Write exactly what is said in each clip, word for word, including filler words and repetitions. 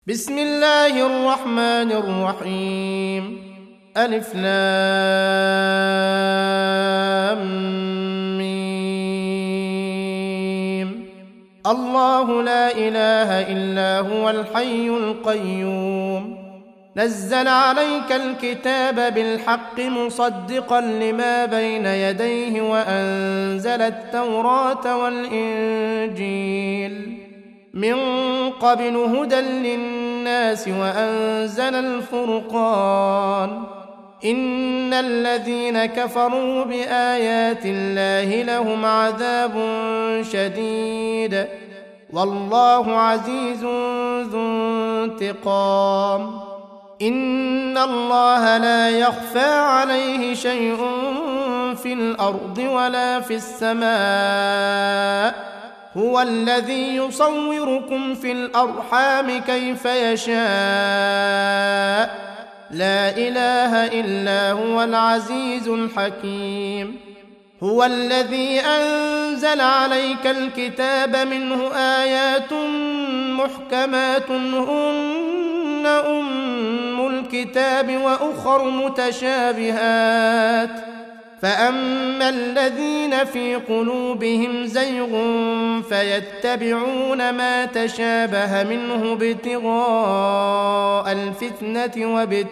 بسم الله الرحمن الرحيم. ألف لام ميم. الله لا إله إلا هو الحي القيوم. نزل عليك الكتاب بالحق مصدقا لما بين يديه وأنزل التوراة والإنجيل من قبل هدى للناس وأنزل الفرقان. إن الذين كفروا بآيات الله لهم عذاب شديد والله عزيز ذو انتقام. إن الله لا يخفى عليه شيء في الأرض ولا في السماء. هو الذي يصوركم في الأرحام كيف يشاء. لا إله إلا هو العزيز الحكيم. هو الذي أنزل عليك الكتاب منه آيات محكمات هن أم الكتاب وأخر متشابهات فأما الذين في قلوبهم زيغ فيتبعون ما تشابه منه ابتغاء الفتنة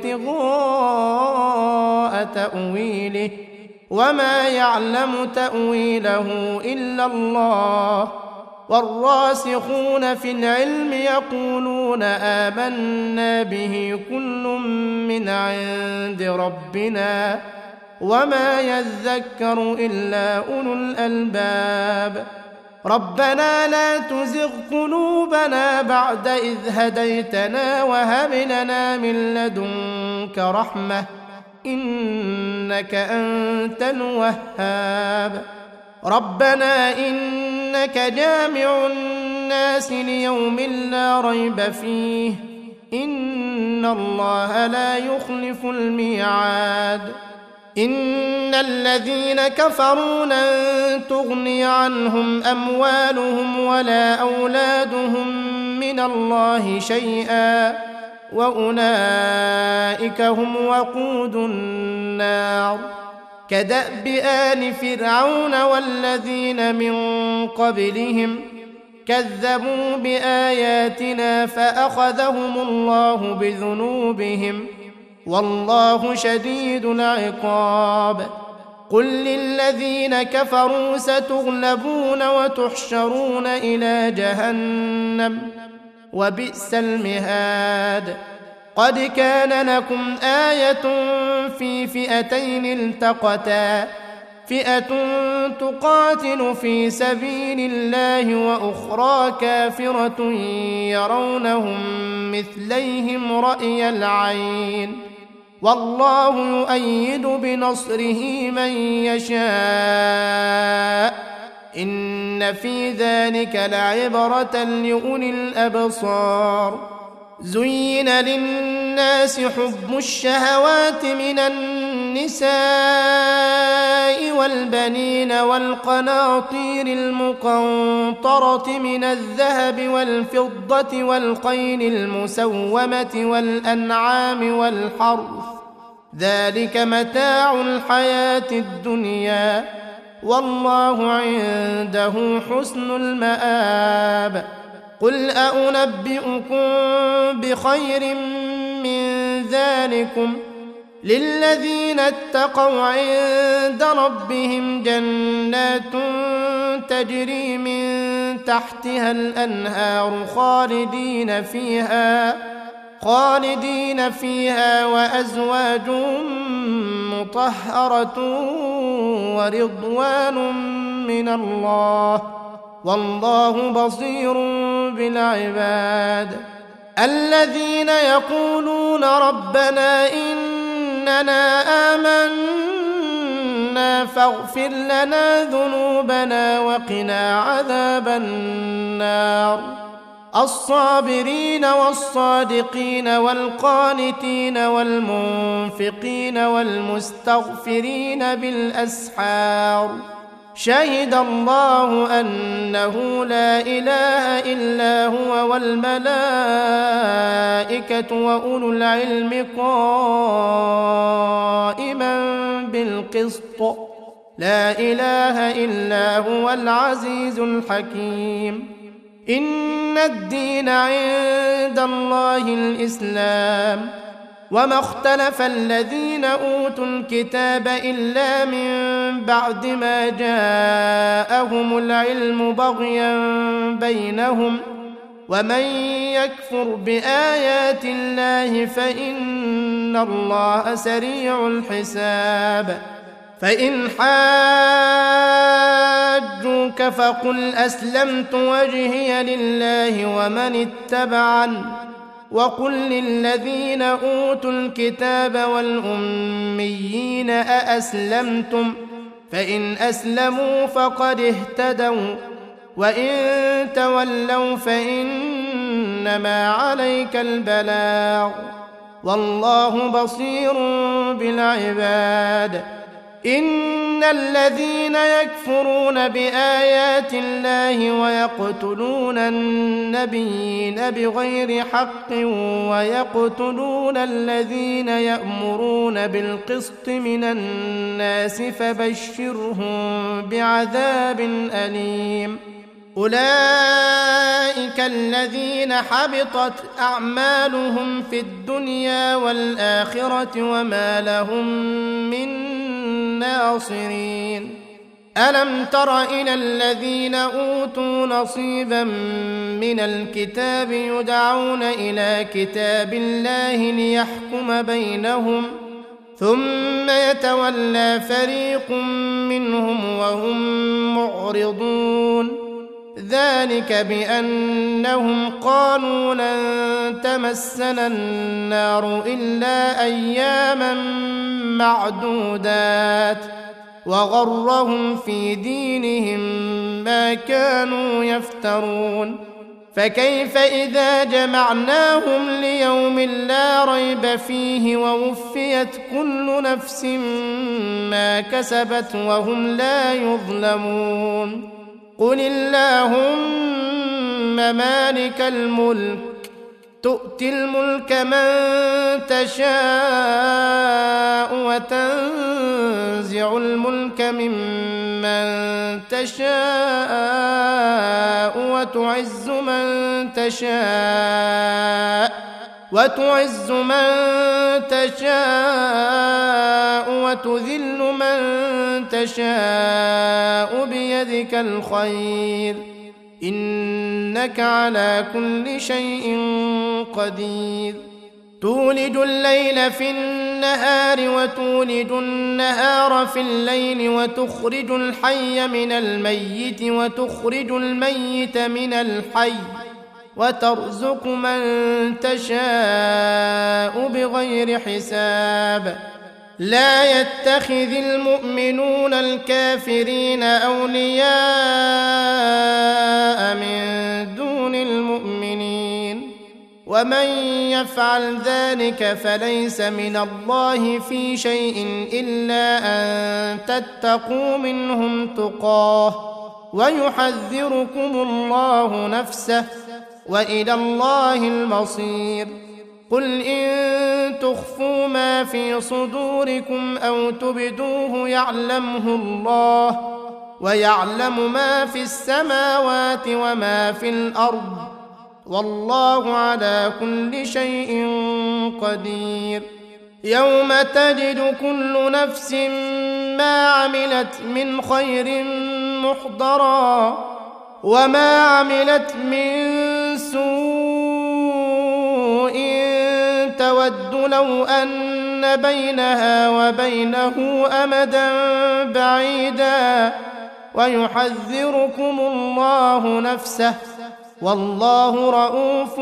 وابتغاء تأويله وما يعلم تأويله إلا الله. والراسخون في العلم يقولون آمنا به كل من عند ربنا وما يذكر إلا أولو الألباب. ربنا لا تزغ قلوبنا بعد إذ هديتنا وهب لنا من لدنك رحمة إنك أنت الوهاب. ربنا إنك جامع الناس ليوم لا ريب فيه إن الله لا يخلف الميعاد. إن الذين كفروا لن تغني عنهم أموالهم ولا أولادهم من الله شيئا وأولئك هم وقود النار. كدأب آل فرعون والذين من قبلهم كذبوا بآياتنا فأخذهم الله بذنوبهم والله شديد العقاب. قل للذين كفروا ستغلبون وتحشرون إلى جهنم وبئس المهاد. قد كان لكم آية في فئتين التقتا فئة تقاتل في سبيل الله وأخرى كافرة يرونهم مثليهم رأي العين والله يؤيد بنصره من يشاء إن في ذلك لعبرة لأولي الأبصار. زين للناس حب الشهوات من النساء والبنين والقناطير المقنطرة من الذهب والفضة والخيل المسومة والأنعام والحرث ذلك متاع الحياة الدنيا والله عنده حسن المآب. قل أنبئكم بخير من ذلكم للذين اتقوا عند ربهم جنات تجري من تحتها الأنهار خالدين فيها خالدين فيها وأزواج مطهرة ورضوان من الله والله بصير بالعباد. الذين يقولون ربنا إننا آمنا فاغفر لنا ذنوبنا وقنا عذاب النار. الصابرين والصادقين والقانتين والمنفقين والمستغفرين بالأسحار شهد الله أنه لا إله إلا هو والملائكة وأولو العلم قائما بالقسط لا إله إلا هو العزيز الحكيم إن الدين عند الله الإسلام وما اختلف الذين أوتوا الكتاب إلا من بعد ما جاءهم العلم بغيا بينهم ومن يكفر بآيات الله فإن الله سريع الحساب فإن حاجوك فقل أسلمت وجهي لله ومن اتبعني وقل للذين أوتوا الكتاب والأميين أأسلمتم فإن أسلموا فقد اهتدوا وإن تولوا فإنما عليك البلاغ والله بصير بالعباد إن الذين يكفرون بآيات الله ويقتلون النبيين بغير حق ويقتلون الذين يأمرون بالقسط من الناس فبشرهم بعذاب أليم أولئك الذين حبطت أعمالهم في الدنيا والآخرة وما لهم من ناصرين ألم تر إلى الذين أوتوا نصيبا من الكتاب يدعون إلى كتاب الله ليحكم بينهم ثم يتولى فريق منهم وهم معرضون ذلك بأنهم قالوا لن تمسنا النار إلا أياما معدودات وغرهم في دينهم ما كانوا يفترون فكيف إذا جمعناهم ليوم لا ريب فيه ووفيت كل نفس ما كسبت وهم لا يظلمون قل اللهم مالك الملك تؤتي الملك من تشاء وتنزع الملك ممن تشاء وتعز من تشاء وتعز من تشاء وتذل من تشاء بيدك الخير إنك على كل شيء قدير تولج الليل في النهار وتولج النهار في الليل وتخرج الحي من الميت وتخرج الميت من الحي وترزق من تشاء بغير حساب لا يتخذ المؤمنون الكافرين أولياء من دون المؤمنين ومن يفعل ذلك فليس من الله في شيء إلا أن تتقوا منهم تقاه ويحذركم الله نفسه وإلى الله المصير قل إن تخفوا ما في صدوركم أو تبدوه يعلمه الله ويعلم ما في السماوات وما في الأرض والله على كل شيء قدير يوم تجد كل نفس ما عملت من خير محضرا وما عملت من سوء تود لو أن بينها وبينه أمدا بعيدا ويحذركم الله نفسه والله رؤوف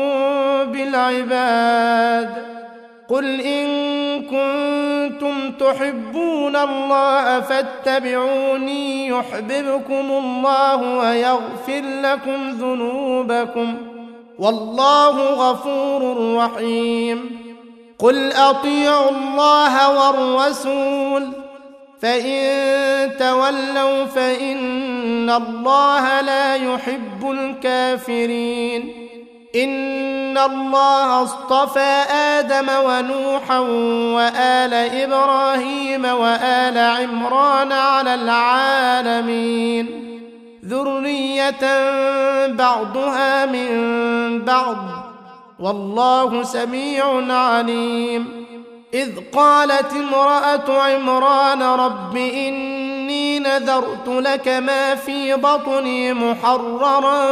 بالعباد قل إن كنتم تحبون الله فاتبعوني يحببكم الله ويغفر لكم ذنوبكم والله غفور رحيم قل أطيعوا الله والرسول فإن تولوا فإن الله لا يحب الكافرين. إن الله اصطفى آدم ونوحا وآل إبراهيم وآل عمران على العالمين ذرية بعضها من بعض والله سميع عليم. إذ قالت امرأة عمران رب إني نذرت لك ما في بطني محررا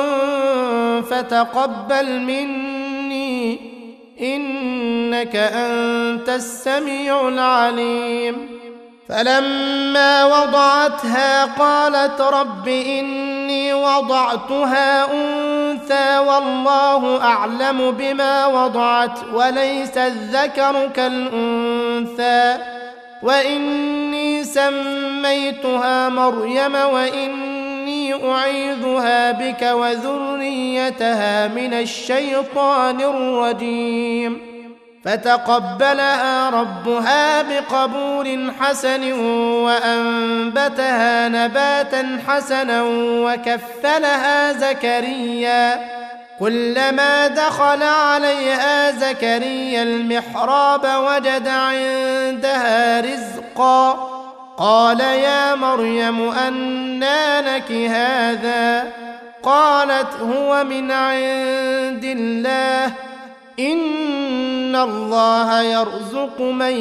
فتقبل مني إنك أنت السميع العليم. فلما وضعتها قالت رب إني وضعتها أنثى والله أعلم بما وضعت وليس الذكر كالأنثى وإني سميتها مريم وإني أعيذها بك وذريتها من الشيطان الرجيم. فتقبلها ربها بقبول حسن وأنبتها نباتا حسنا وكفلها زكريا كلما دخل عليها زكريا المحراب وجد عندها رزقا قال يا مريم أنى لك هذا قالت هو من عند الله إن الله يرزق من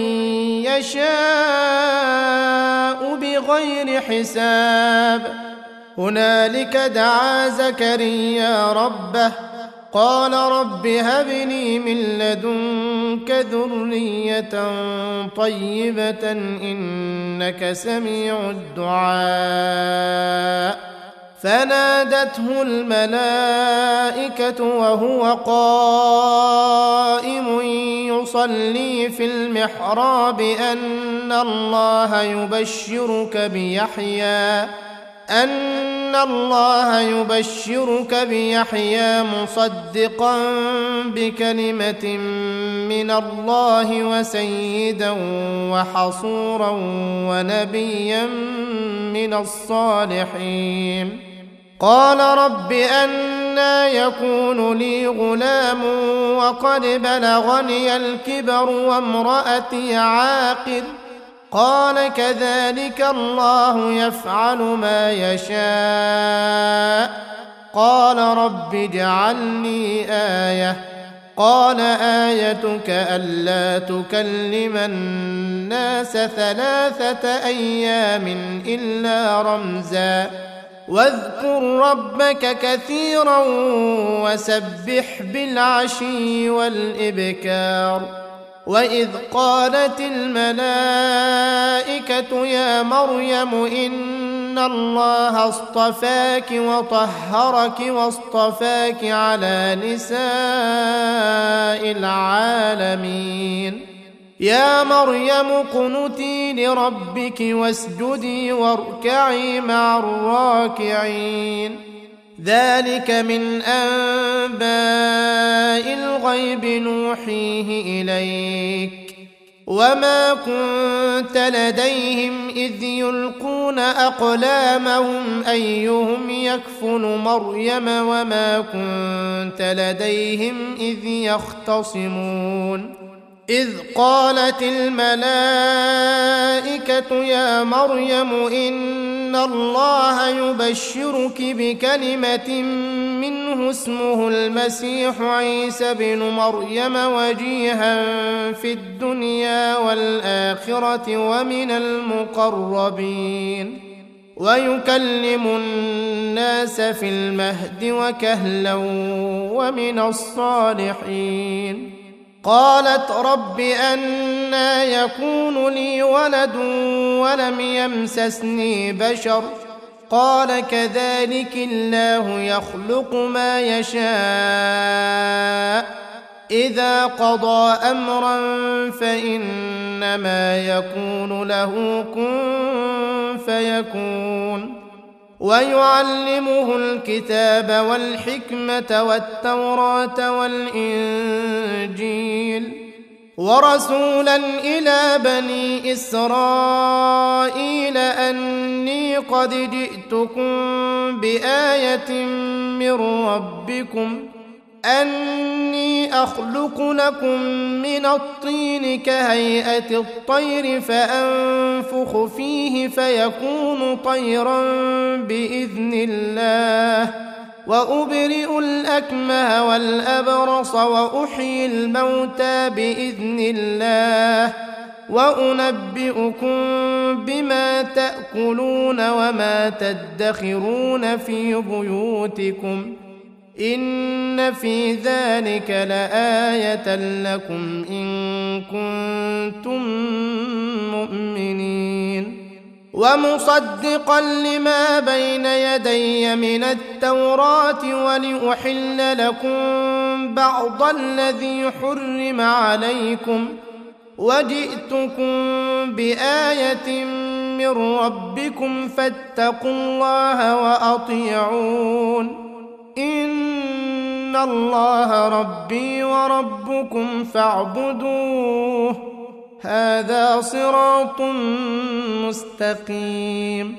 يشاء بغير حساب. هنالك دعا زكريا ربه قال رب هب لي من لدنك ذرية طيبة إنك سميع الدعاء. فنادته الملائكة وهو قائم يصلي في المحراب أن الله يبشرك بيحيى أن الله يبشرك بيحيى مصدقا بكلمة من الله وسيدا وحصورا ونبيا من الصالحين. قال رب أنى يكون لي غلام وقد بلغني الكبر وامرأتي عاقر قال كذلك الله يفعل ما يشاء. قال رب اجعلني آية قال آيتك ألا تكلم الناس ثلاثة أيام إلا رمزا واذكر ربك كثيرا وسبح بالعشي والإبكار. وإذ قالت الملائكة يا مريم إن الله اصطفاك وطهرك واصطفاك على نساء العالمين. يا مريم اقنتي لربك واسجدي واركعي مع الراكعين. ذلك من أنباء الغيب نوحيه إليك وما كنت لديهم إذ يلقون أقلامهم أيهم يكفل مريم وما كنت لديهم إذ يختصمون. إذ قالت الملائكة يا مريم إن الله يبشرك بكلمة منه اسمه المسيح عيسى بن مريم وجيها في الدنيا والآخرة ومن المقربين ويكلم الناس في المهد وكهلا ومن الصالحين. قالت رب أنى يكون لي ولد ولم يمسسني بشر قال كذلك الله يخلق ما يشاء إذا قضى أمرا فإنما يكون له كن فيكون. ويعلمه الكتاب والحكمة والتوراة والإنجيل ورسولا إلى بني إسرائيل أني قد جئتكم بآية من ربكم أني أخلق لكم من الطين كهيئة الطير فأنفخ فيه فيكون طيرا بإذن الله وأبرئ الأكمه والأبرص وأحيي الموتى بإذن الله وأنبئكم بما تأكلون وما تدخرون في بيوتكم إن في ذلك لآية لكم إن كنتم مؤمنين ومصدقا لما بين يدي من التوراة ولأحل لكم بعض الذي حرم عليكم وجئتكم بآية من ربكم فاتقوا الله وأطيعون إن الله ربي وربكم فاعبدوه هذا صراط مستقيم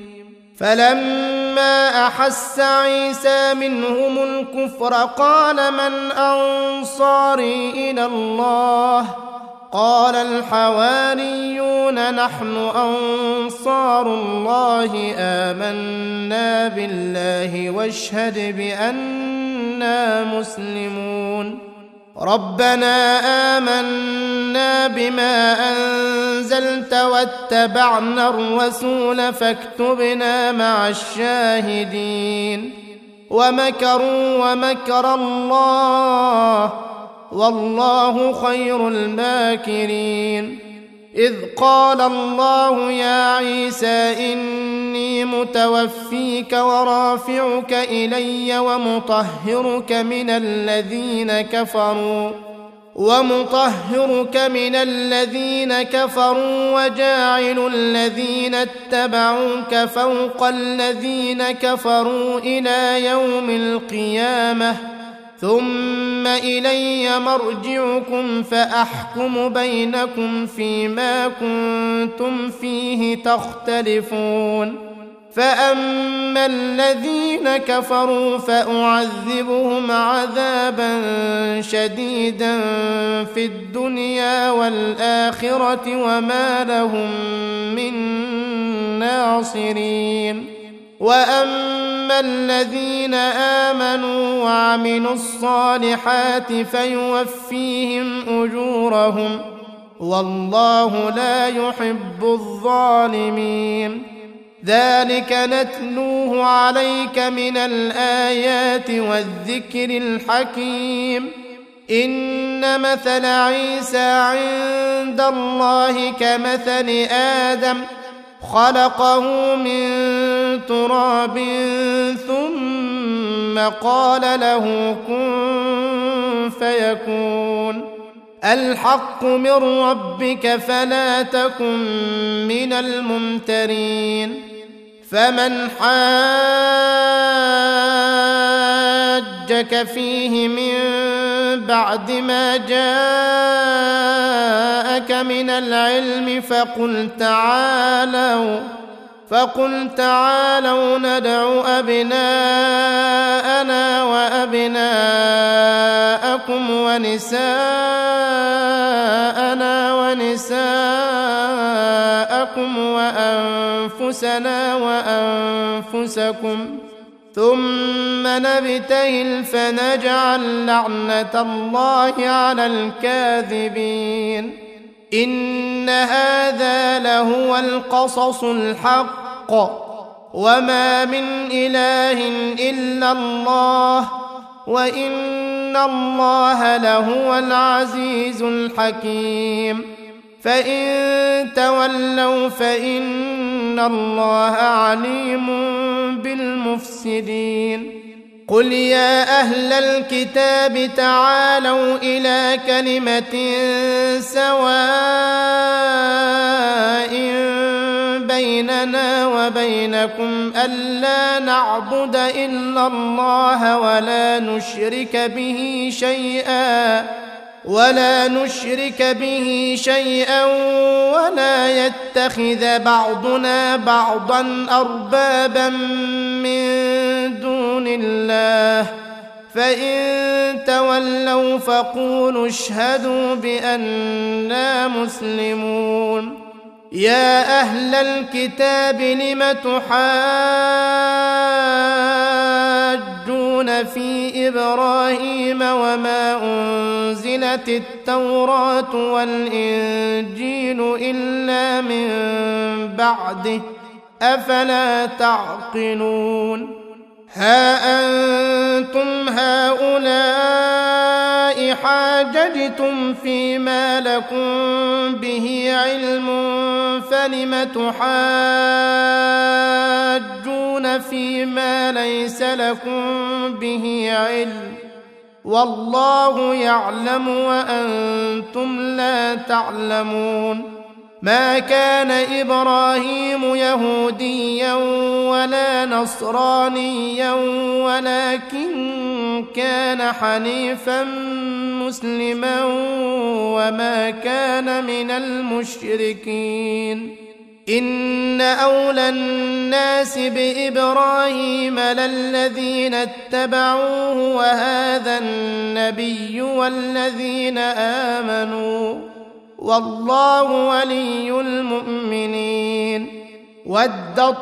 فلما أحس عيسى منهم الكفر قال من أنصاري إلى الله قال الحواريون نحن أنصار الله آمنا بالله واشهد بأننا مسلمون ربنا آمنا بما أنزلت واتبعنا الرسول فاكتبنا مع الشاهدين ومكروا ومكر الله والله خير الماكرين إذ قال الله يا عيسى إني متوفيك ورافعك إلي ومطهرك من الذين كفروا ومطهرك من الذين كفروا وجاعل الذين اتبعوك فوق الذين كفروا إلى يوم القيامة ثم إلي مرجعكم فأحكم بينكم فيما كنتم فيه تختلفون فأما الذين كفروا فأعذبهم عذابا شديدا في الدنيا والآخرة وما لهم من ناصرين وأما الذين آمنوا وعملوا الصالحات فيوفيهم أجورهم والله لا يحب الظالمين ذلك نتلوه عليك من الآيات والذكر الحكيم إن مثل عيسى عند الله كمثل آدم خلقه من تراب ثم قال له كن فيكون الحق من ربك فلا تكن من الممترين فمن حاجك فيه من بعد ما جاءك من العلم فقل تعالوا فقل تعالوا ندع أبناءنا وأبناءكم ونساءنا ونساءكم وأنفسنا وأنفسكم ثم نبتهل فنجعل لعنة الله على الكاذبين إن هذا لهو القصص الحق وما من إله إلا الله وإن الله لهو العزيز الحكيم فإن تولوا فإن الله عليم بالمفسدين قل يا أهل الكتاب تعالوا إلى كلمة سواء بيننا وبينكم ألا نعبد إلا الله ولا نشرك به شيئا ولا نشرك به شيئا ولا يتخذ بعضنا بعضا أربابا من دون الله فإن تولوا فقولوا اشهدوا بأننا مسلمون يا أهل الكتاب لم تحاجون في إبراهيم وما أنزلت التوراة والإنجيل إلا من بعده أفلا تعقلون ها أنتم هؤلاء حاججتم فيما لكم به علم فلم تحاجون فيما ليس لكم به علم والله يعلم وأنتم لا تعلمون ما كان إبراهيم يهوديا ولا نصرانيا ولكن كان حنيفا مسلما وما كان من المشركين إن أولى الناس بإبراهيم للذين اتبعوه وهذا النبي والذين آمنوا والله ولي المؤمنين ودت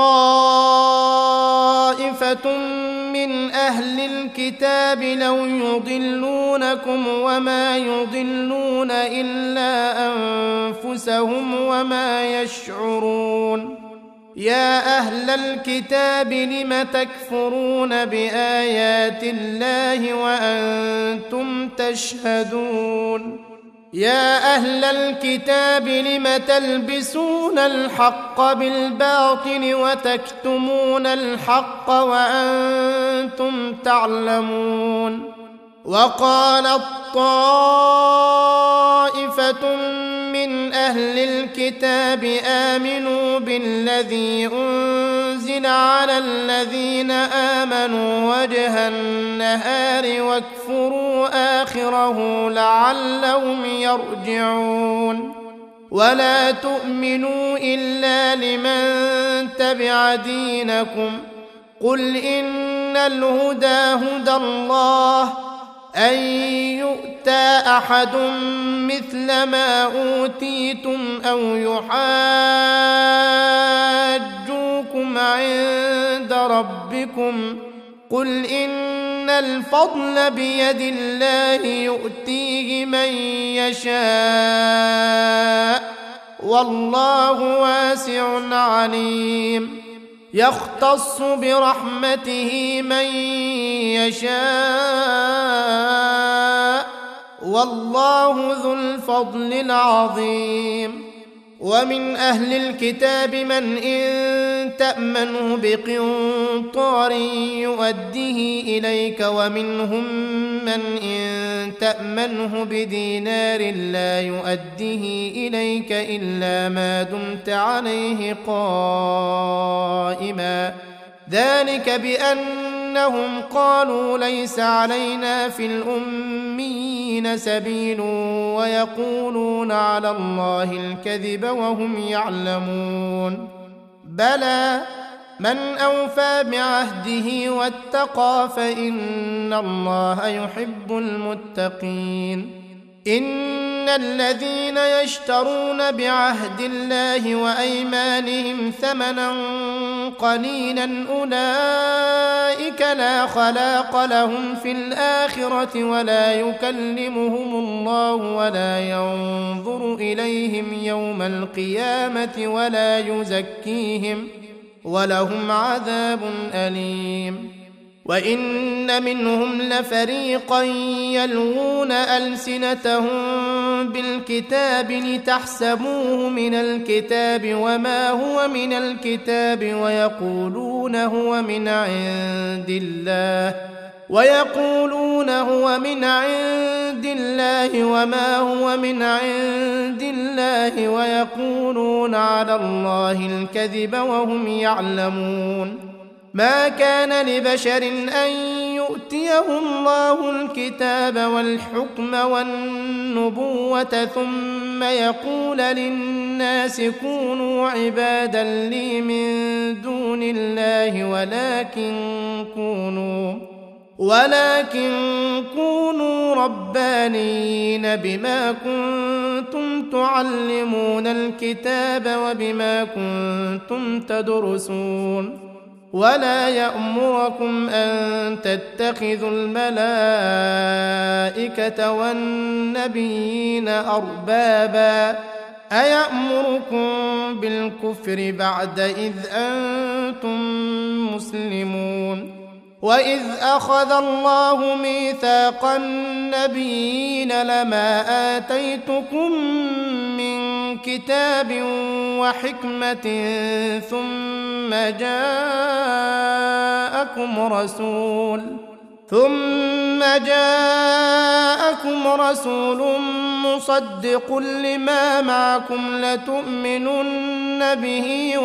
طائفة من أهل الكتاب لو يضلونكم وما يضلون إلا أنفسهم وما يشعرون يا أهل الكتاب لم تكفرون بآيات الله وأنتم تشهدون يا أهل الكتاب لم تلبسون الحق بالباطل وتكتمون الحق وأنتم تعلمون وقالت طائفة من أهل الكتاب آمنوا بالذي أنزل على الذين آمنوا وجه النهار واكفروا آخره لعلهم يرجعون ولا تؤمنوا إلا لمن تبع دينكم قل إن الهدى هدى الله أن يؤتى أحد مثل ما أوتيتم أو يحاجوكم عند ربكم قل إن الفضل بيد الله يؤتيه من يشاء والله واسع عليم يختص برحمته من يشاء والله ذو الفضل العظيم ومن أهل الكتاب من إن تأمنه بقنطار يؤديه إليك ومنهم من إن تأمنه بدينار لا يؤديه إليك إلا ما دمت عليه قائما ذلك بأنهم قالوا ليس علينا في الأميين سبيل ويقولون على الله الكذب وهم يعلمون بلى من أوفى بعهده واتقى فإن الله يحب المتقين إن الذين يشترون بعهد الله وأيمانهم ثمنا قليلا أولئك لا خلاق لهم في الآخرة ولا يكلمهم الله ولا ينظر إليهم يوم القيامة ولا يزكيهم ولهم عذاب أليم وإن منهم لفريقا يلوون ألسنتهم بالكتاب لتحسبوه من الكتاب وما هو من الكتاب ويقولون هو من عند الله ويقولون هو من عند الله وما هو من عند الله ويقولون على الله الكذب وهم يعلمون ما كان لبشر أن يؤتيه الله الكتاب والحكم والنبوة ثم يقول للناس كونوا عبادا لي من دون الله ولكن كونوا ولكن كونوا ربانيين بما كنتم تعلمون الكتاب وبما كنتم تدرسون ولا يأمركم أن تتخذوا الملائكة والنبيين أربابا أيأمركم بالكفر بعد إذ أنتم مسلمون وإذ أخذ الله ميثاق النبيين لما آتيتكم من كتاب وحكمة ثم جاءكم رسول ثم جاءكم رسول مصدق لما معكم لتؤمنن به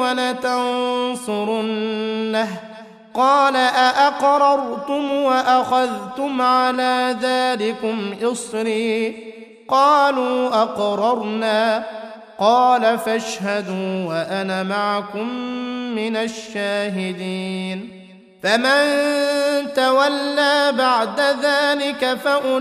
ولتنصرنه قال أأقررتم وأخذتم على ذلكم إصري قالوا أقررنا قال فاشهدوا وأنا معكم من الشاهدين فمن تولى بعد ذلك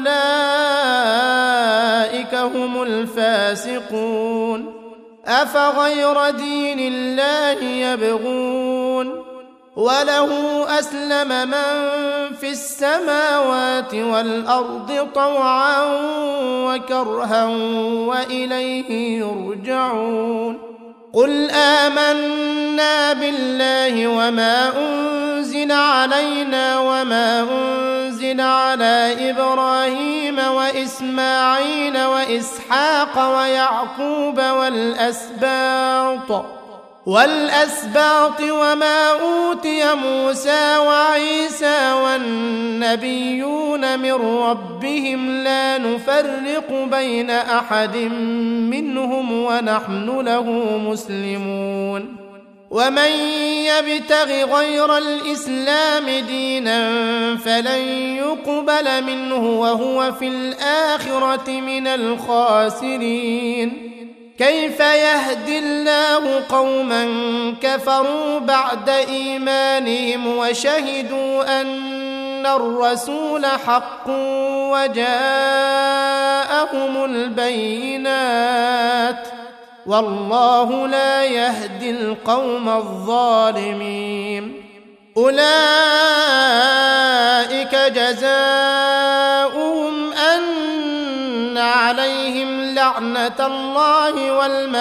فأولئك هم الفاسقون أفغير دين الله يبغون وله أسلم من في السماوات والأرض طوعا وكرها وإليه يرجعون قل آمنا بالله وما أنزل علينا وما أنزل على إبراهيم وإسماعيل وإسحاق ويعقوب والأسباط والأسباط وما أوتي موسى وعيسى والنبيون من ربهم لا نفرق بين أحد منهم ونحن له مسلمون ومن يبتغ غير الإسلام دينا فلن يقبل منه وهو في الآخرة من الخاسرين كيف يهدي الله قوما كفروا بعد إيمانهم وشهدوا أن الرسول حق وجاءهم البينات والله لا يهدي القوم الظالمين أولئك جزاؤهم أن عليهم لعنة الله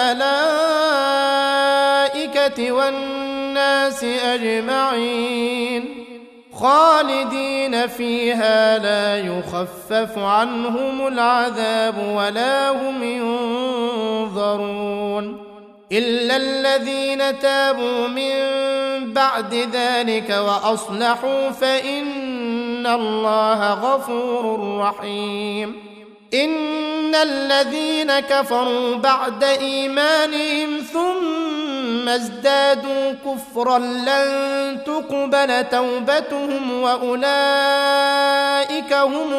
والملائكة والناس أجمعين خالدين فيها لا يخفف عنهم العذاب ولا هم ينظرون إلا الذين تابوا من بعد ذلك وأصلحوا فإن الله غفور رحيم إن الذين كفروا بعد إيمانهم ثم ازدادوا كفرا لن تقبل توبتهم وأولئك هم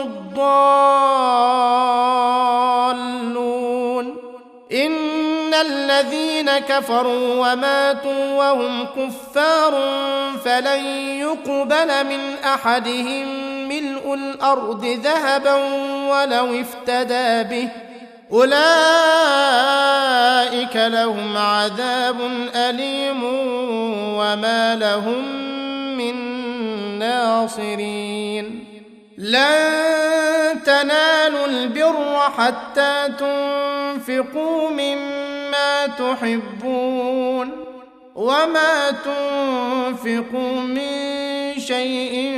الضالون إن الذين كفروا وماتوا وهم كفار فلن يقبل من أحدهم ملء الأرض ذهبا ولو افتدى به أولئك لهم عذاب أليم وما لهم من ناصرين لن تنالوا البر حتى تنفقوا مما تحبون وما تنفقوا من شيء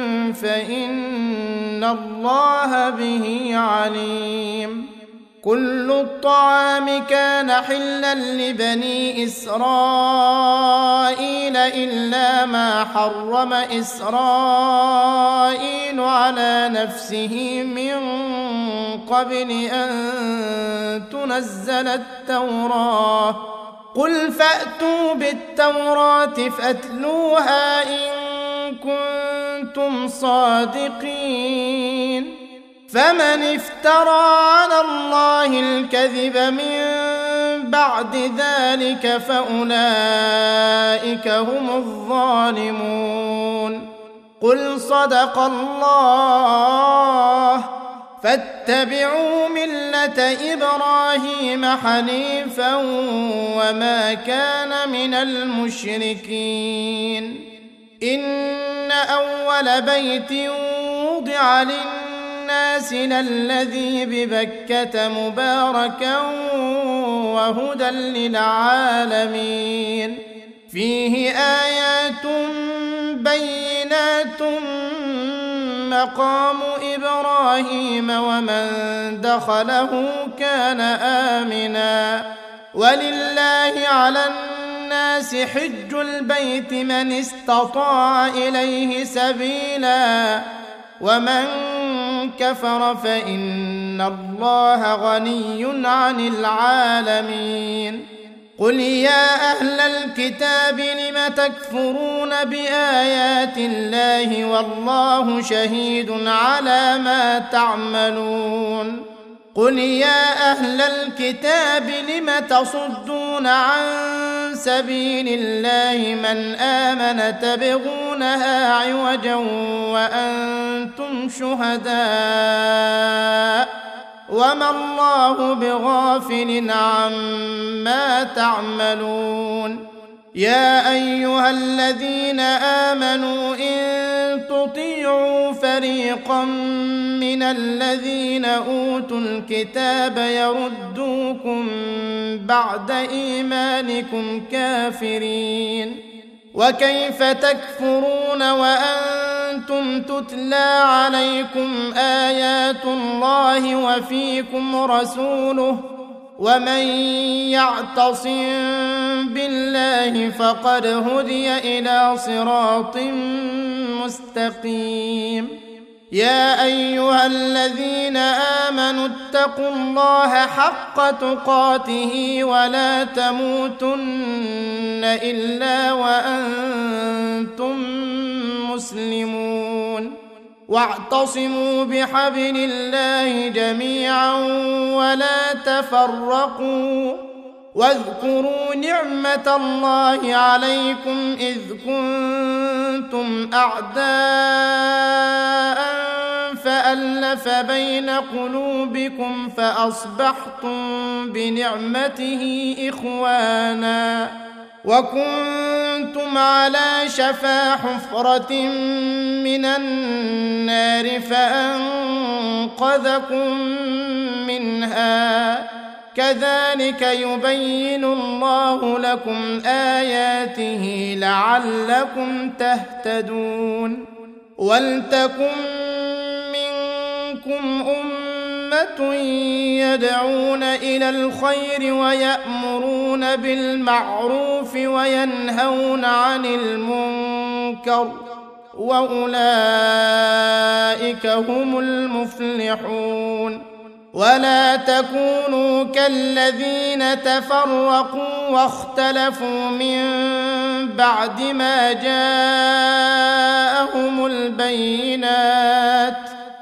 فإن الله به عليم كل الطعام كان حلا لبني إسرائيل إلا ما حرم إسرائيل على نفسه من قبل أن تنزل التوراة قل فأتوا بالتوراة فاتلوها إن كنتم صادقين فمن افترى على الله الكذب من بعد ذلك فأولئك هم الظالمون قل صدق الله فاتبعوا ملة إبراهيم حنيفا وما كان من المشركين إن أول بيت وضع للناس للذي ببكة مباركا وهدى للعالمين فيه آيات بينات مقام إبراهيم ومن دخله كان آمنا ولله على الناس حج البيت من استطاع إليه سبيلا ومن كفر فإن الله غني عن العالمين قل يا أهل الكتاب لم تكفرون بآيات الله والله شهيد على ما تعملون قل يا أهل الكتاب لم تصدون عن سبيل الله من آمن تبغونها عوجا وأنتم شهداء وما الله بغافل عما تعملون يا أيها الذين آمنوا إن تطيعوا فريقا من الذين أوتوا الكتاب يردوكم بعد إيمانكم كافرين وكيف تكفرون وأنتم تتلى عليكم آيات الله وفيكم رسوله ومن يعتصم بالله فقد هدي إلى صراط مستقيم يا أيها الذين آمنوا اتقوا الله حق تقاته ولا تموتن إلا وأنتم مسلمون واعتصموا بحبل الله جميعا ولا تفرقوا واذكروا نعمة الله عليكم إذ كنتم أعداء فألف بين قلوبكم فأصبحتم بنعمته إخوانا وكنتم على شفا حفرة من النار فأنقذكم منها كذلك يبين الله لكم آياته لعلكم تهتدون ولتكن منكم أمة يدعون إلى الخير ويأمرون بالمعروف وينهون عن المنكر وأولئك هم المفلحون ولا تكونوا كالذين تفرقوا واختلفوا من بعد ما جاءهم البينات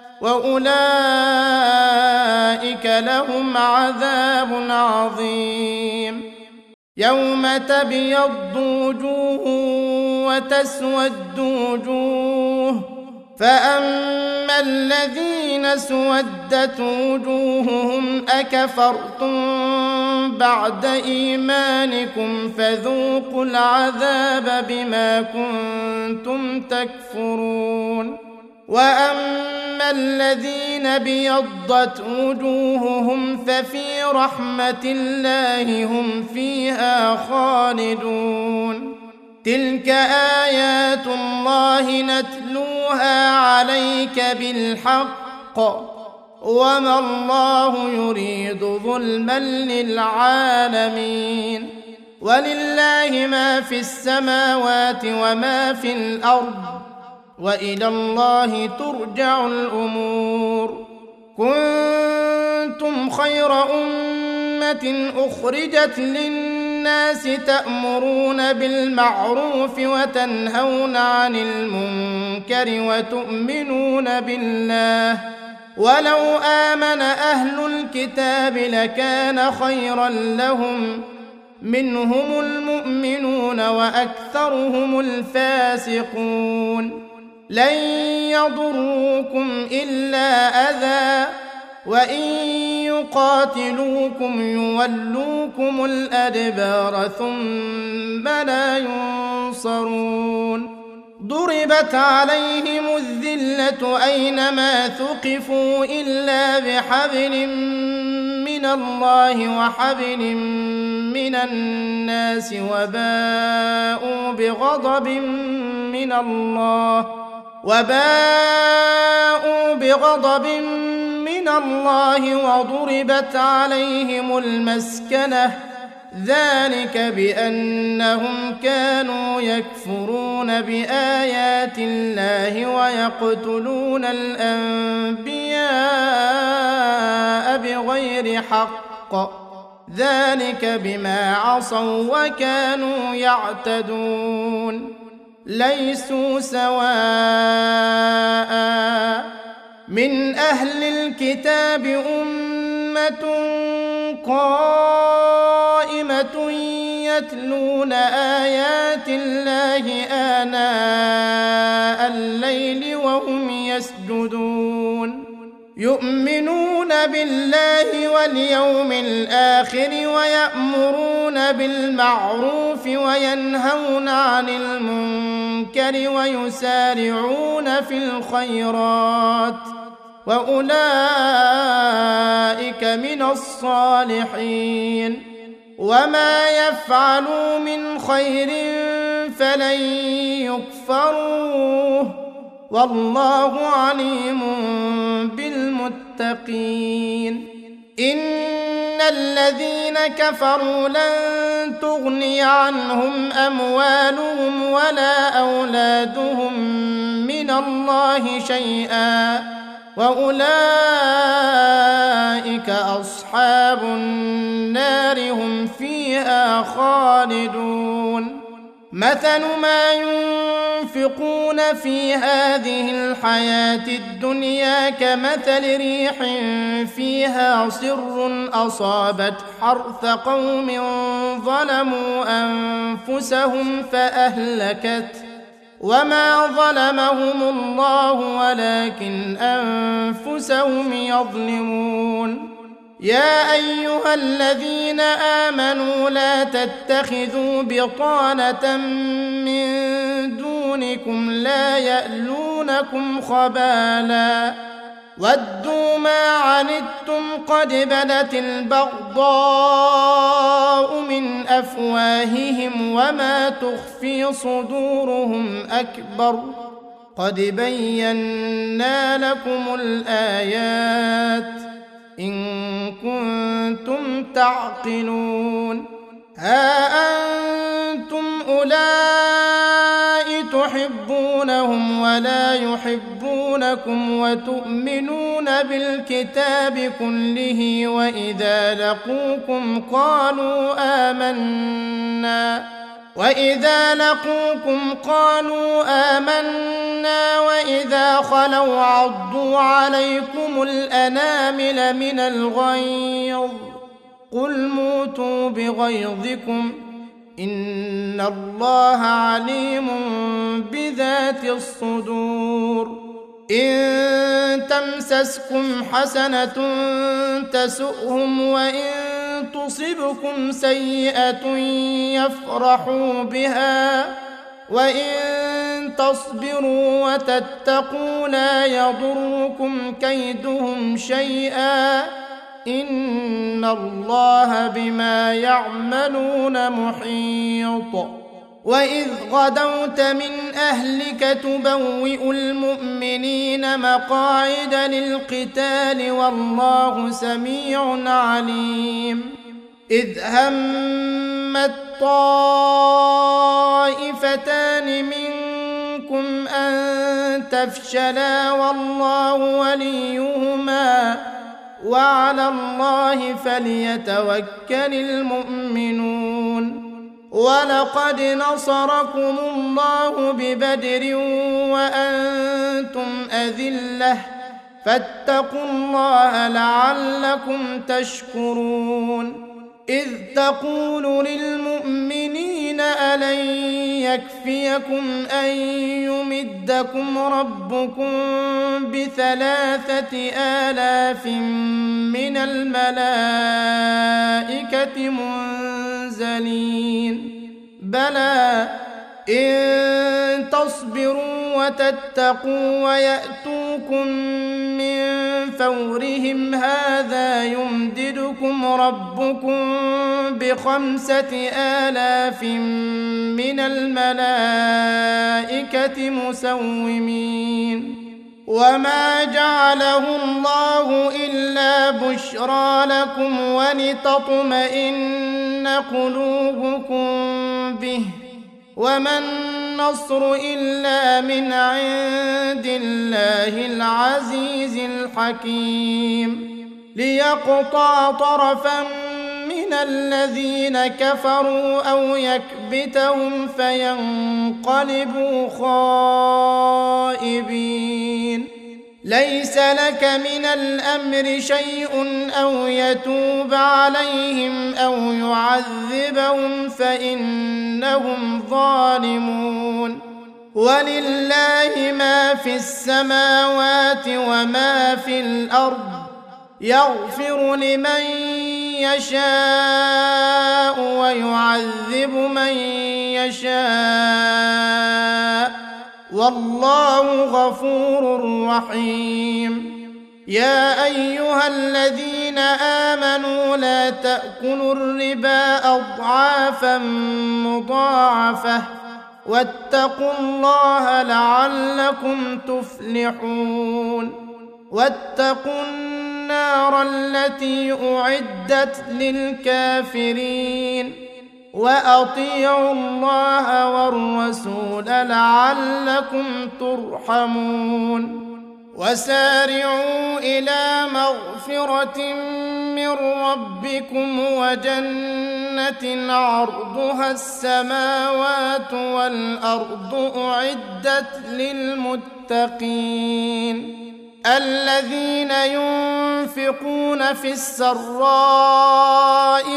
وأولئك لهم عذاب عظيم يوم تبيض وجوه وتسود وجوه فأما الذين اسودت وجوههم أكفرتم بعد إيمانكم فذوقوا العذاب بما كنتم تكفرون وأما الذين بيضت وجوههم ففي رحمة الله هم فيها خالدون تلك آيات الله نتلوها عليك بالحق وما الله يريد ظلما للعالمين ولله ما في السماوات وما في الأرض وإلى الله ترجع الأمور كنتم خير أمة أخرجت للناس الناس تأمرون بالمعروف وتنهون عن المنكر وتؤمنون بالله ولو آمن أهل الكتاب لكان خيرا لهم منهم المؤمنون وأكثرهم الفاسقون لن يضروكم إلا أذى وإن يقاتلوكم يولوكم الأدبار ثم لا ينصرون ضربت عليهم الذلة أينما ثقفوا إلا بحبل من الله وحبل من الناس وباءوا بغضب من الله وباءوا بغضب من الله وضربت عليهم المسكنة ذلك بأنهم كانوا يكفرون بآيات الله ويقتلون الأنبياء بغير حق ذلك بما عصوا وكانوا يعتدون ليسوا سواء من أهل الكتاب أمة قائمة يتلون آيات الله آناء الليل وهم يسجدون يؤمنون بالله واليوم الآخر ويأمرون بالمعروف وينهون عن المنكر ويسارعون في الخيرات وأولئك من الصالحين وما يفعلوا من خير فلن يكفروه والله عليم بالمتقين إن الذين كفروا لن تغني عنهم أموالهم ولا أولادهم من الله شيئا وأولئك أصحاب النار هم فيها خالدون مثل ما ينفقون في هذه الحياة الدنيا كمثل ريح فيها صر أصابت حرث قوم ظلموا أنفسهم فأهلكت وما ظلمهم الله ولكن أنفسهم يظلمون يا أيها الذين آمنوا لا تتخذوا بطانة من دونكم لا يألونكم خبالا ودوا ما عنتم قد بدت البغضاء من أفواههم وما تخفي صدورهم أكبر قد بينا لكم الآيات إن كنتم تعقلون ها أنتم أولئك تحبونهم ولا يحبونكم وتؤمنون بالكتاب كله وإذا لقوكم قالوا آمنا وإذا لقوكم قالوا آمنا وإذا خلوا عضوا عليكم الأنامل من الغيظ قل موتوا بغيظكم إن الله عليم بذات الصدور إن تمسسكم حسنة تسؤهم وإن تصبكم سيئة يفرحوا بها وإن تصبروا وتتقوا لا يضركم كيدهم شيئا إن الله بما يعملون محيط وإذ غدوت من أهلك تبوئ المؤمنين مقاعد للقتال والله سميع عليم إذ همت طائفتان منكم أن تفشلا والله وليهما وعلى الله فليتوكل المؤمنون ولقد نصركم الله ببدر وأنتم أذلة فاتقوا الله لعلكم تشكرون إذ تقول للمؤمنين ألن يكفيكم أن يمدكم ربكم بثلاثة آلاف من الملائكة منزلين بلى إن تصبروا وتتقوا ويأتوكم من فورهم هذا يمددكم ربكم بخمسة آلاف من الملائكة مسومين وما جعله الله إلا بشرى لكم ولتطمئن قلوبكم به وما النصر إلا من عند الله العزيز الحكيم ليقطع طرفا من الذين كفروا أو يكبتهم فينقلبوا خائبين ليس لك من الأمر شيء أو يتوب عليهم أو يعذبهم فإنهم ظالمون ولله ما في السماوات وما في الأرض يغفر لمن يشاء ويعذب من يشاء والله غفور رحيم يا أيها الذين آمنوا لا تأكلوا الربا أضعافا مضاعفة واتقوا الله لعلكم تفلحون واتقوا النار التي أعدت للكافرين وأطيعوا الله والرسول لعلكم ترحمون وسارعوا إلى مغفرة من ربكم وجنة عرضها السماوات والأرض أعدت للمتقين الذين ينفقون في السراء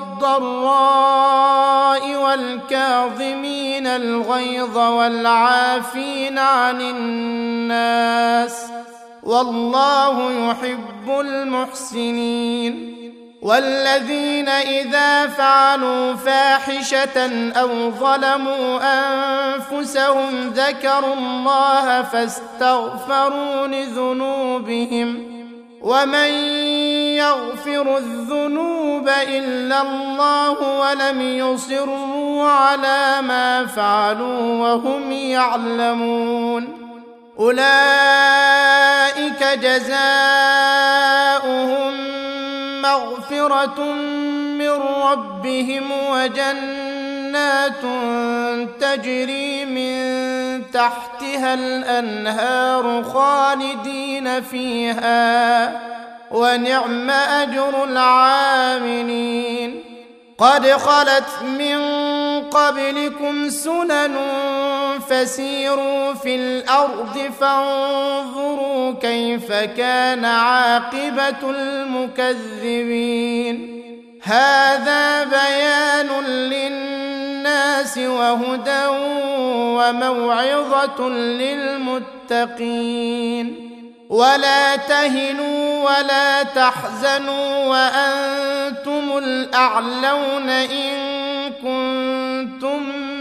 والضراء والكاظمين الغيظ والعافين عن الناس والله يحب المحسنين والذين إذا فعلوا فاحشة أو ظلموا أنفسهم ذكروا الله فاستغفروا لذنوبهم ومن يغفر الذنوب إلا الله ولم يصروا على ما فعلوا وهم يعلمون أولئك جزاؤهم مغفرة من ربهم وجنات تجري من تحتها الأنهار خالدين فيها ونعم أجر العاملين قد خلت من قبلكم سنن فسيروا في الأرض فانظروا كيف كان عاقبة المكذبين هذا بيان للناس وهدى وموعظة للمتقين ولا تهنوا ولا تحزنوا وأنتم الأعلون إن كنتم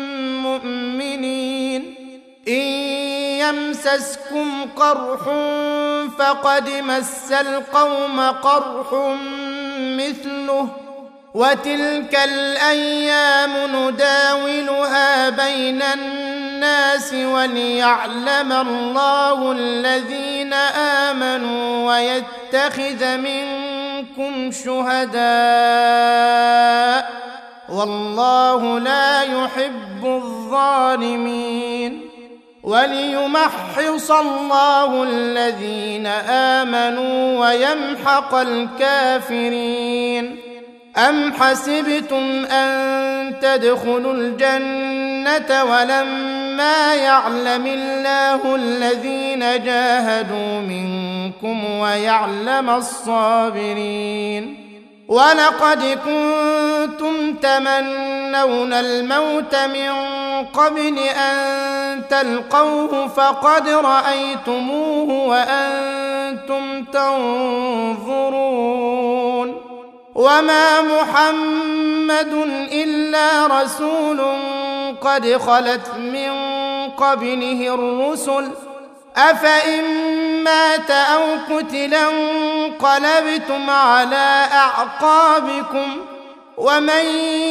مؤمنين إن يمسسكم قرح فقد مس القوم قرح مثله وتلك الأيام نداولها بين الناس وليعلم الله الذين آمنوا ويتخذ منكم شهداء والله لا يحب الظالمين وليمحص الله الذين آمنوا ويمحق الكافرين أم حسبتم أن تدخلوا الجنة ولما يعلم الله الذين جاهدوا منكم ويعلم الصابرين ولقد كنتم تمنون الموت من قبل أن تلقوه فقد رأيتموه وأنتم تنظرون وما محمد إلا رسول قد خلت من قبله الرسل أفإن مات أو قتلا انقلبتم على أعقابكم ومن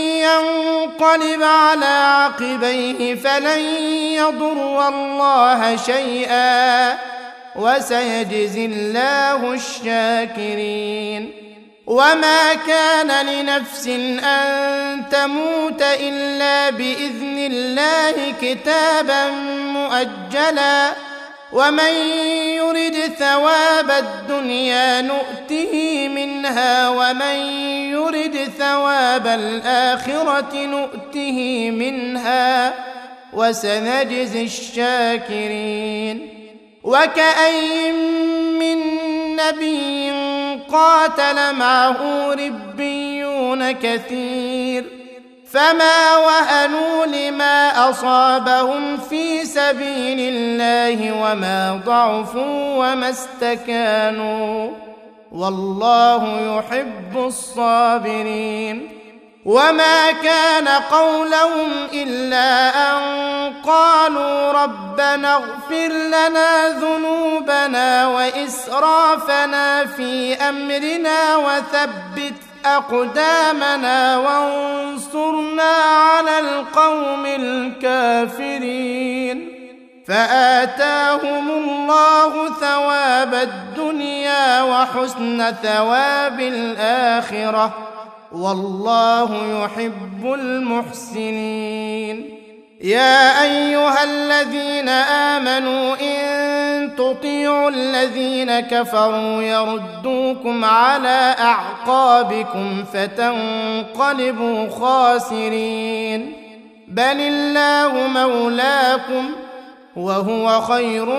ينقلب على عقبيه فلن يضر الله شيئا وسيجزي الله الشاكرين وما كان لنفس أن تموت إلا بإذن الله كتابا مؤجلا ومن يرد ثواب الدنيا نؤته منها ومن يرد ثواب الآخرة نؤته منها وسنجزي الشاكرين وكأي من نبي قاتل معه ربيون كثير فما وهنوا لما أصابهم في سبيل الله وما ضعفوا وما استكانوا والله يحب الصابرين وما كان قولهم إلا أن قالوا ربنا اغفر لنا ذنوبنا وإسرافنا في أمرنا وثبت أقدامنا وانصرنا على القوم الكافرين فآتاهم الله ثواب الدنيا وحسن ثواب الآخرة والله يحب المحسنين يا أيها الذين آمنوا إن تطيعوا الذين كفروا يردوكم على أعقابكم فتنقلبوا خاسرين بل الله مولاكم وهو خير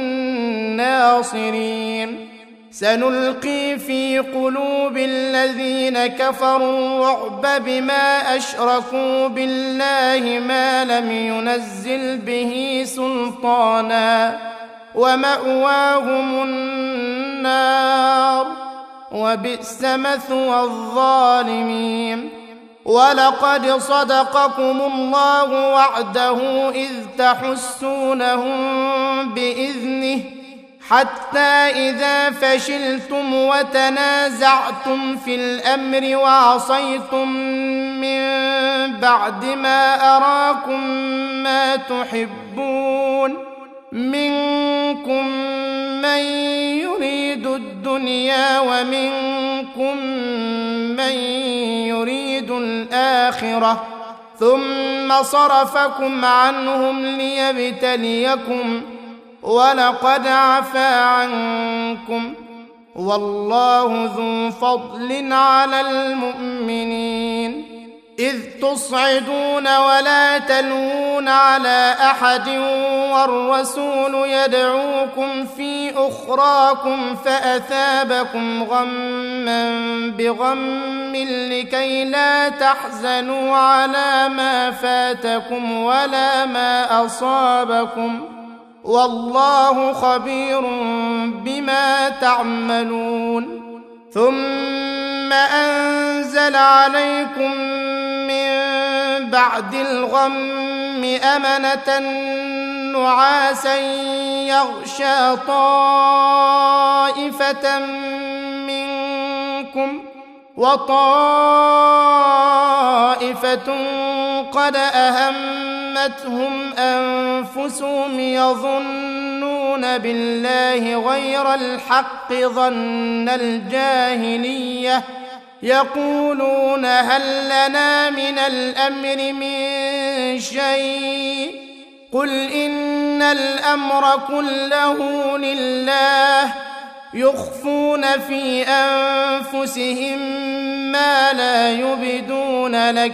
الناصرين سنلقي في قلوب الذين كفروا الرعب بما أشركوا بالله ما لم ينزل به سلطانا ومأواهم النار وبئس مثوى الظالمين ولقد صدقكم الله وعده إذ تحسونهم بإذنه حتى إذا فشلتم وتنازعتم في الأمر وعصيتم من بعد ما أراكم ما تحبون منكم من يريد الدنيا ومنكم من يريد الآخرة ثم صرفكم عنهم ليبتليكم ولقد عفا عنكم والله ذو فضل على المؤمنين إذ تصعدون ولا تلوون على أحد والرسول يدعوكم في أخراكم فأثابكم غما بغم لكي لا تحزنوا على ما فاتكم ولا ما أصابكم والله خبير بما تعملون ثم أنزل عليكم من بعد الغم أمنة نعاسا يغشى طائفة منكم وطائفة قد أهمتهم أنفسهم يظنون بالله غير الحق ظن الجاهلية يقولون هل لنا من الأمر من شيء قل إن الأمر كله لله يخفون في أنفسهم ما لا يبدون لك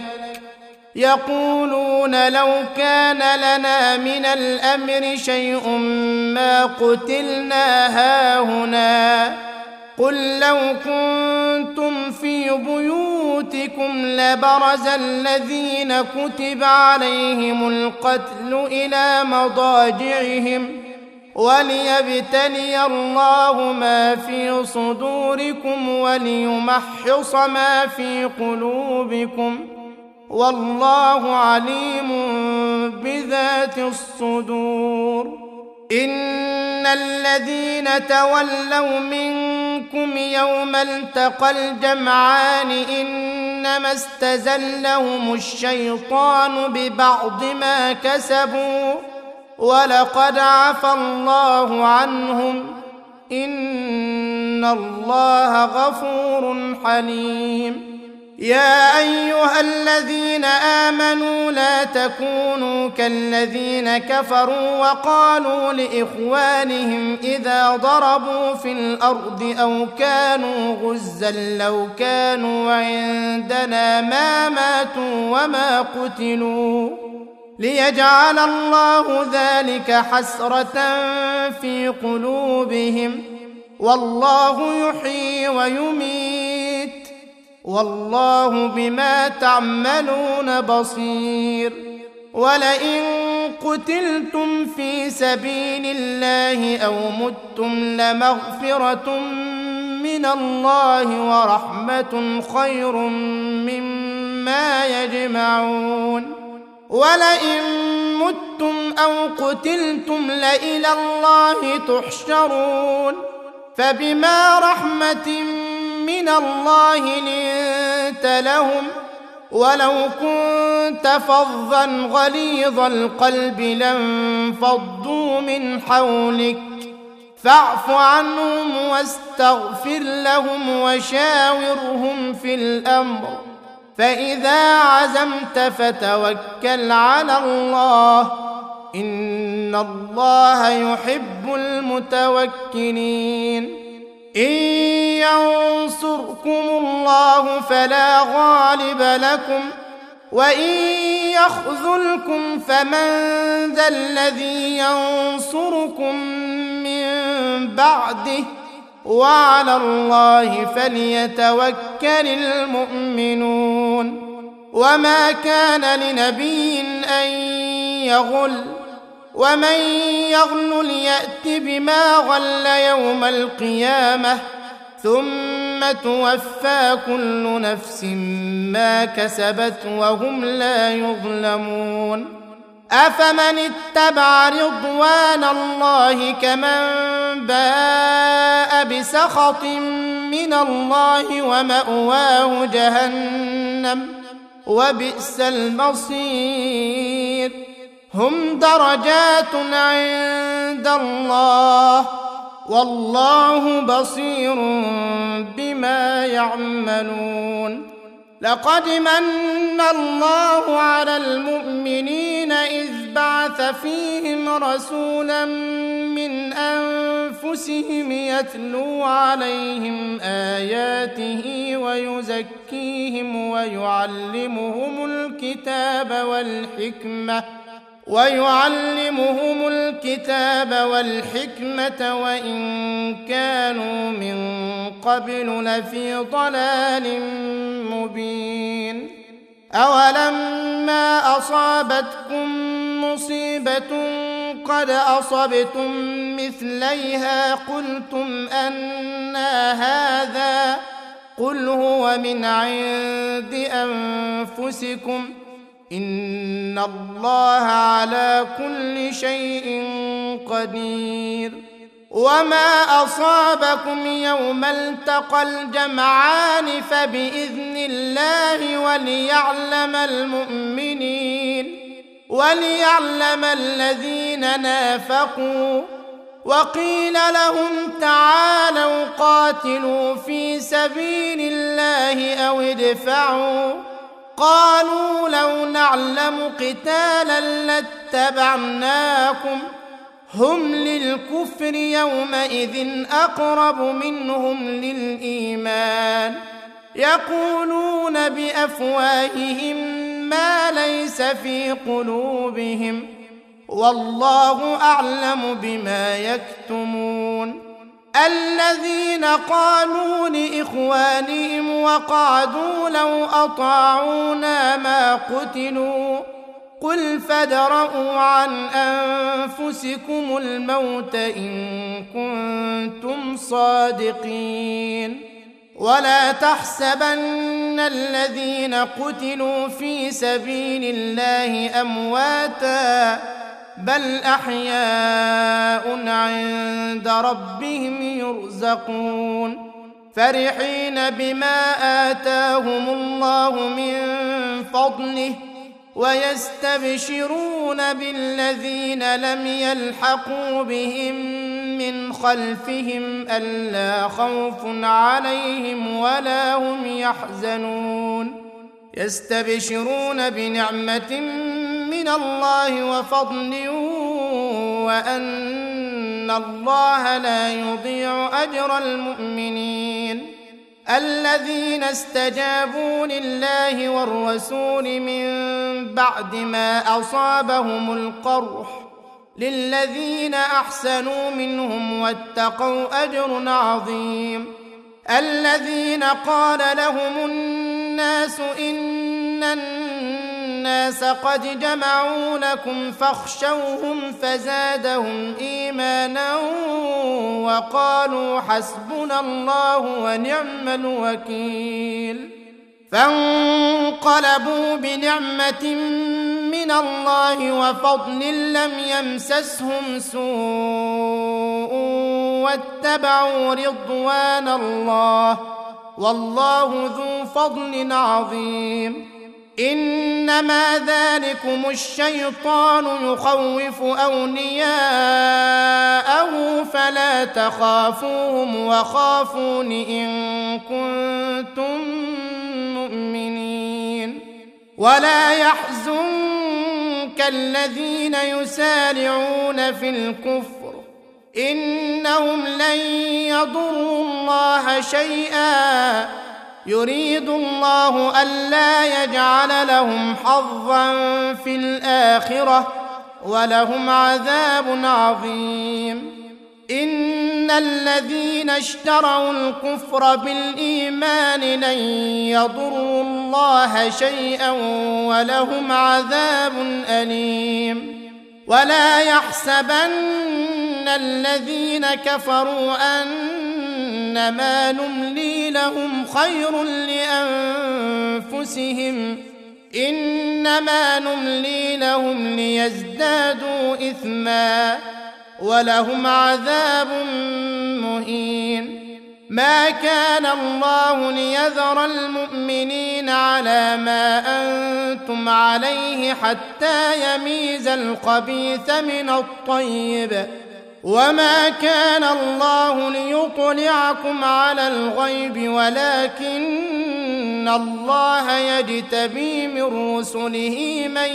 يقولون لو كان لنا من الأمر شيء ما قتلنا هاهنا قل لو كنتم في بيوتكم لبرز الذين كتب عليهم القتل إلى مضاجعهم وليبتلي الله ما في صدوركم وليمحص ما في قلوبكم والله عليم بذات الصدور إن الذين تولوا منكم يوم التقى الجمعان إنما استزلهم الشيطان ببعض ما كسبوا ولقد عفى الله عنهم إن الله غفور حليم يا أيها الذين آمنوا لا تكونوا كالذين كفروا وقالوا لإخوانهم إذا ضربوا في الأرض أو كانوا غزا لو كانوا عندنا ما ماتوا وما قتلوا ليجعل الله ذلك حسرة في قلوبهم والله يحيي ويميت والله بما تعملون بصير ولئن قتلتم في سبيل الله أو متم لمغفرة من الله ورحمة خير مما يجمعون ولئن متم أو قتلتم لإلى الله تحشرون فبما رحمة من الله لنت لهم ولو كنت فظا غليظ القلب لانفضوا من حولك فاعف عنهم واستغفر لهم وشاورهم في الأمر فإذا عزمت فتوكل على الله إن الله يحب المتوكلين إن ينصركم الله فلا غالب لكم وإن يخذلكم فمن ذا الذي ينصركم من بعده وعلى الله فليتوكل المؤمنون وما كان لنبي أن يغل ومن يغل يأت بما غل يوم القيامة ثم توفى كل نفس ما كسبت وهم لا يظلمون أفمن اتبع رضوان الله كمن باء بسخط من الله ومأواه جهنم وبئس المصير هم درجات عند الله والله بصير بما يعملون لقد من الله على المؤمنين إذ بعث فيهم رسولا من أنفسهم يتلو عليهم آياته ويزكيهم ويعلمهم الكتاب والحكمة ويعلمهم الكتاب والحكمة وإن كانوا من قبل لفي ضلال مبين أولما أصابتكم مصيبة قد أصبتم مثليها قلتم أنى هذا قل هو من عند أنفسكم إن الله على كل شيء قدير وما أصابكم يوم التقى الجمعان فبإذن الله وليعلم المؤمنين وليعلم الذين نافقوا وقيل لهم تعالوا قاتلوا في سبيل الله أو ادفعوا قالوا لو نعلم قتالا لاتبعناكم هم للكفر يومئذ أقرب منهم للإيمان يقولون بأفواههم ما ليس في قلوبهم والله أعلم بما يكتمون الذين قالوا لإخوانهم وقعدوا لو أطاعونا ما قتلوا قل فادرءوا عن أنفسكم الموت إن كنتم صادقين ولا تحسبن الذين قتلوا في سبيل الله أمواتا بل أحياء عند ربهم يرزقون فرحين بما آتاهم الله من فضله ويستبشرون بالذين لم يلحقوا بهم من خلفهم ألا خوف عليهم ولا هم يحزنون يستبشرون بنعمة من الله وفضل وأن الله لا يضيع أجر المؤمنين الذين استجابوا لله والرسول من بعد ما أصابهم القرح للذين أحسنوا منهم واتقوا أجر عظيم الذين قال لهم الناس إن الناس قد جمعوا لكم فاخشوهم فزادهم إيمانا وقالوا حسبنا الله ونعم الوكيل فانقلبوا بنعمة من الله وفضل لم يمسسهم سوء واتبعوا رضوان الله والله ذو فضل عظيم إنما ذلكم الشيطان يخوف أولياءه فلا تخافوهم وخافون إن كنتم مؤمنين ولا يحزنك الذين يسارعون في الكفر إنهم لن يضروا الله شيئا يريد الله ألا يجعل لهم حظا في الآخرة ولهم عذاب عظيم إن الذين اشتروا الكفر بالإيمان لن يضروا الله شيئا ولهم عذاب أليم ولا يحسبن الذين كفروا أنما نملي لهم خير لأنفسهم إنما نملي لهم ليزدادوا إثما ولهم عذاب مهين ما كان الله ليذر المؤمنين على ما أنتم عليه حتى يميز الخبيث من الطيب وما كان الله ليطلعكم على الغيب ولكن الله يجتبي من رسله من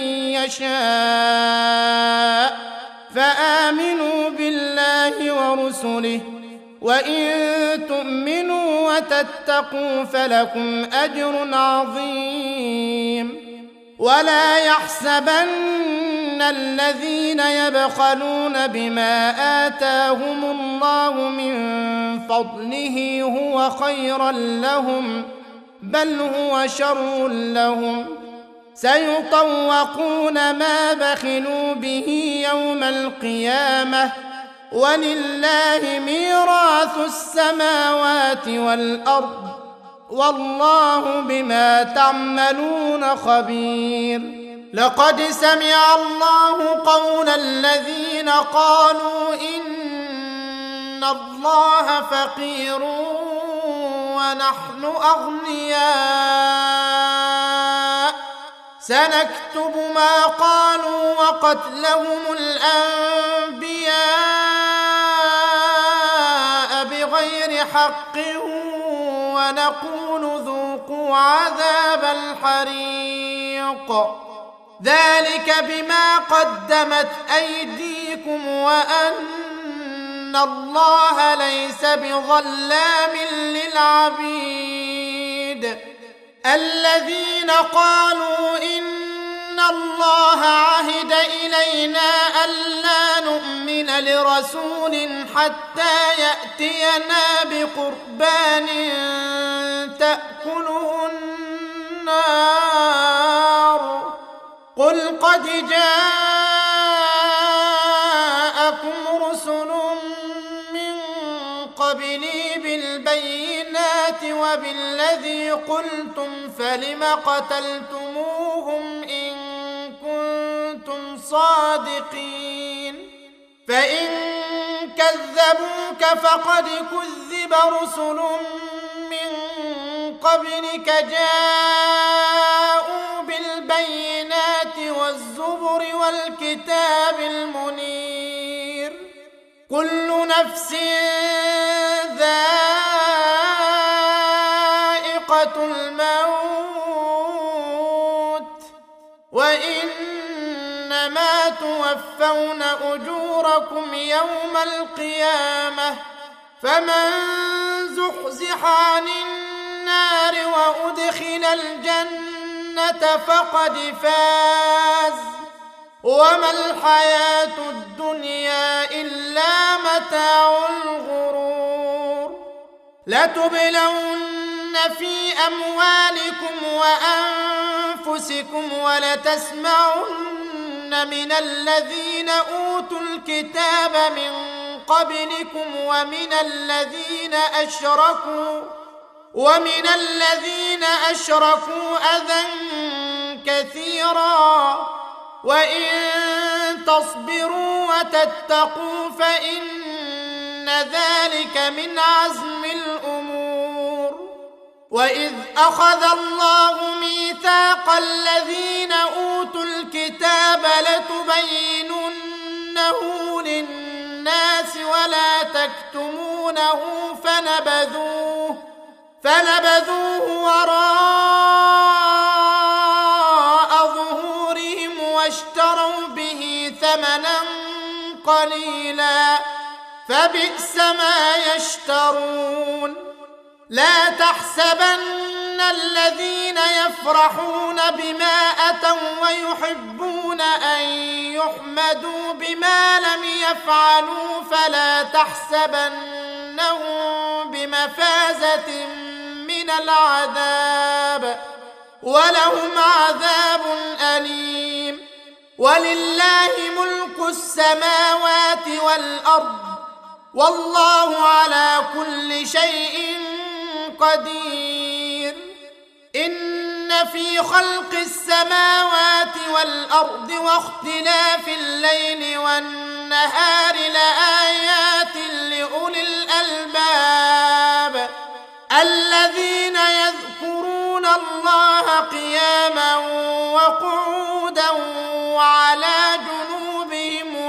يشاء فآمنوا بالله ورسله وإن تؤمنوا وتتقوا فلكم أجر عظيم ولا يحسبن الذين يبخلون بما آتاهم الله من فضله هو خيرا لهم بل هو شر لهم سيطوقون ما بخلوا به يوم القيامة ولله ميراث السماوات والأرض والله بما تعملون خبير لقد سمع الله قول الذين قالوا إن الله فقير ونحن أغنياء سنكتب ما قالوا وقتلهم الأنبياء بغير حق ونقول ذوقوا عذاب الحريق ذلك بما قدمت أيديكم وأن الله ليس بظلام للعبيد الذين قالوا إن الله عهد إلينا ألا نؤمن لرسول حتى يأتينا بقربان تأكله النار قل قد جاءكم رسل من قبلي بالبينات وبالذي قلتم فلم قتلتموهم إن كنتم صادقين فإن كذبوك فقد كذب رسل من قبلك جاءوا بالبينات والزبر والكتاب المنير كل نفس ذائقة الموت وإنما توفون أجوركم يوم القيامة فمن زحزح عن النار وأدخل الجنة فقد فاز وما الحياة الدنيا إلا متاع الغرور لتبلون في أموالكم وأنفسكم ولتسمعن من الذين أوتوا الكتاب من قبلكم ومن الذين أشركوا ومن الذين أشركوا أذى كثيرا وإن تصبروا وتتقوا فإن ذلك من عزم الأمور وإذ أخذ الله ميثاق الذين أوتوا الكتاب لتبيننه للناس ولا تكتمونه فنبذوه فنبذوه وراء ظهورهم واشتروا به ثمنا قليلا فبئس ما يشترون لا تحسبن الذين يفرحون بما أتوا ويحبون أن يحمدوا بما لم يفعلوا فلا تحسبنهم بمفازة من العذاب ولهم عذاب أليم ولله ملك السماوات والأرض والله على كل شيء قدير إن في خلق السماوات والأرض واختلاف الليل والنهار لآيات لأولي الألباب الذين يذكرون الله قياما وقعودا وعلى جنوبهم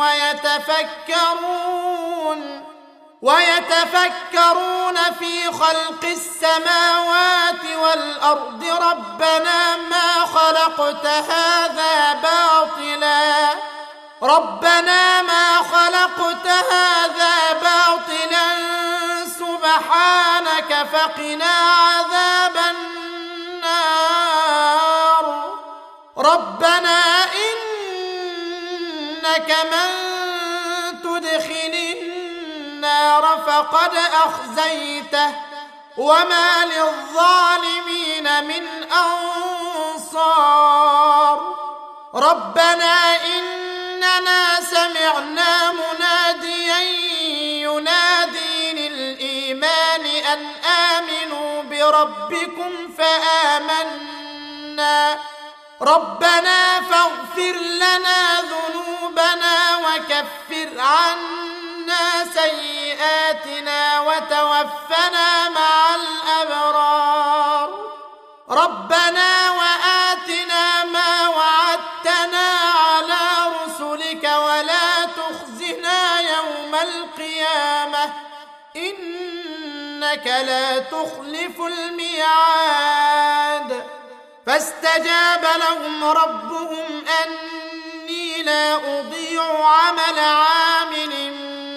ويتفكرون ويتفكرون في خلق السماوات والأرض ربنا ما خلقت هذا باطلا ربنا ما خلقت هذا باطلا سبحانك فقنا عذاب النار ربنا إنك من تدخل النار فقد أخزيته وما للظالمين من أنصار ربنا إننا سمعنا مناديا ينادي للإيمان أن آمنوا بربكم فآمنا ربنا فاغفر لنا ذنوبنا وكفر عنا سيئاتنا وتوفنا مع الأبرار ربنا وآتنا ما وعدتنا على رسلك ولا تخزنا يوم القيامة إنك لا تخلف الميعاد فاستجاب لهم ربهم أني لا أضيع عمل عامل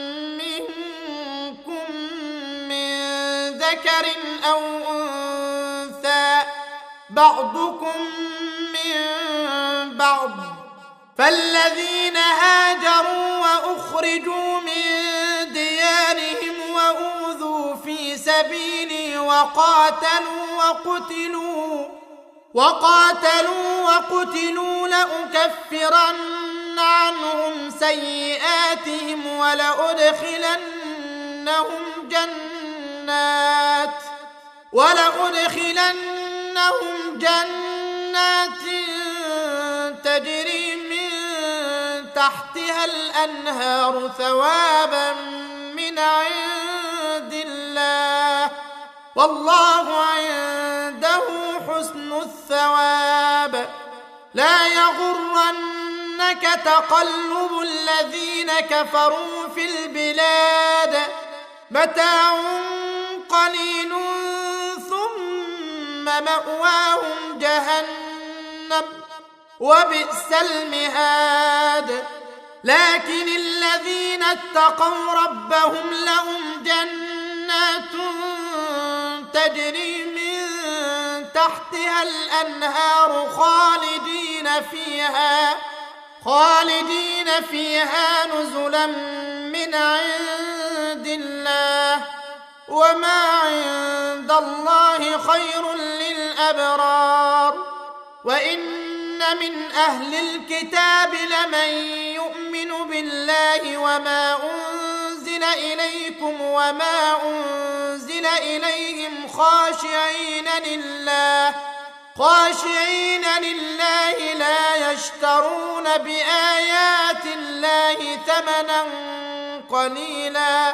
منكم من ذكر أو أنثى بعضكم من بعض، فالذين هاجروا وأخرجوا من ديارهم وأوذوا في سبيلي وقاتلوا وقتلوا وقاتلوا وقتلوا لأكفرن عنهم سيئاتهم ولأدخلنهم جنات ولأدخلنهم جنات تجري من تحتها الأنهار ثوابا من عند الله، والله عنده حسن الثواب. لا يغرنك تقلب الذين كفروا في البلاد، متاع قليل ثم مأواهم جهنم وبئس المهاد. لكن الذين اتقوا ربهم لهم جنات تجري من تحتها الأنهار خالدين فيها خالدين فيها نزلا من عند الله، وما عند الله خير للأبرار. وإن من أهل الكتاب لمن يؤمن بالله وما أنزل إليكم وما أنزل إليهم خاشعين لله خاشعين لله لا يشترون بآيات الله ثمنا قليلا،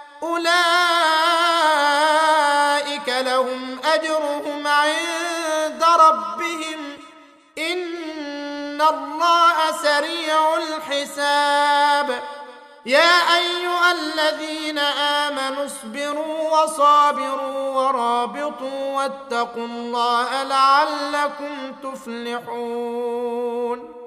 أولئك لهم أجرهم عند ربهم إن الله سريع الحساب. يا أيها الذين آمنوا اصبروا وصابروا ورابطوا واتقوا الله لعلكم تفلحون.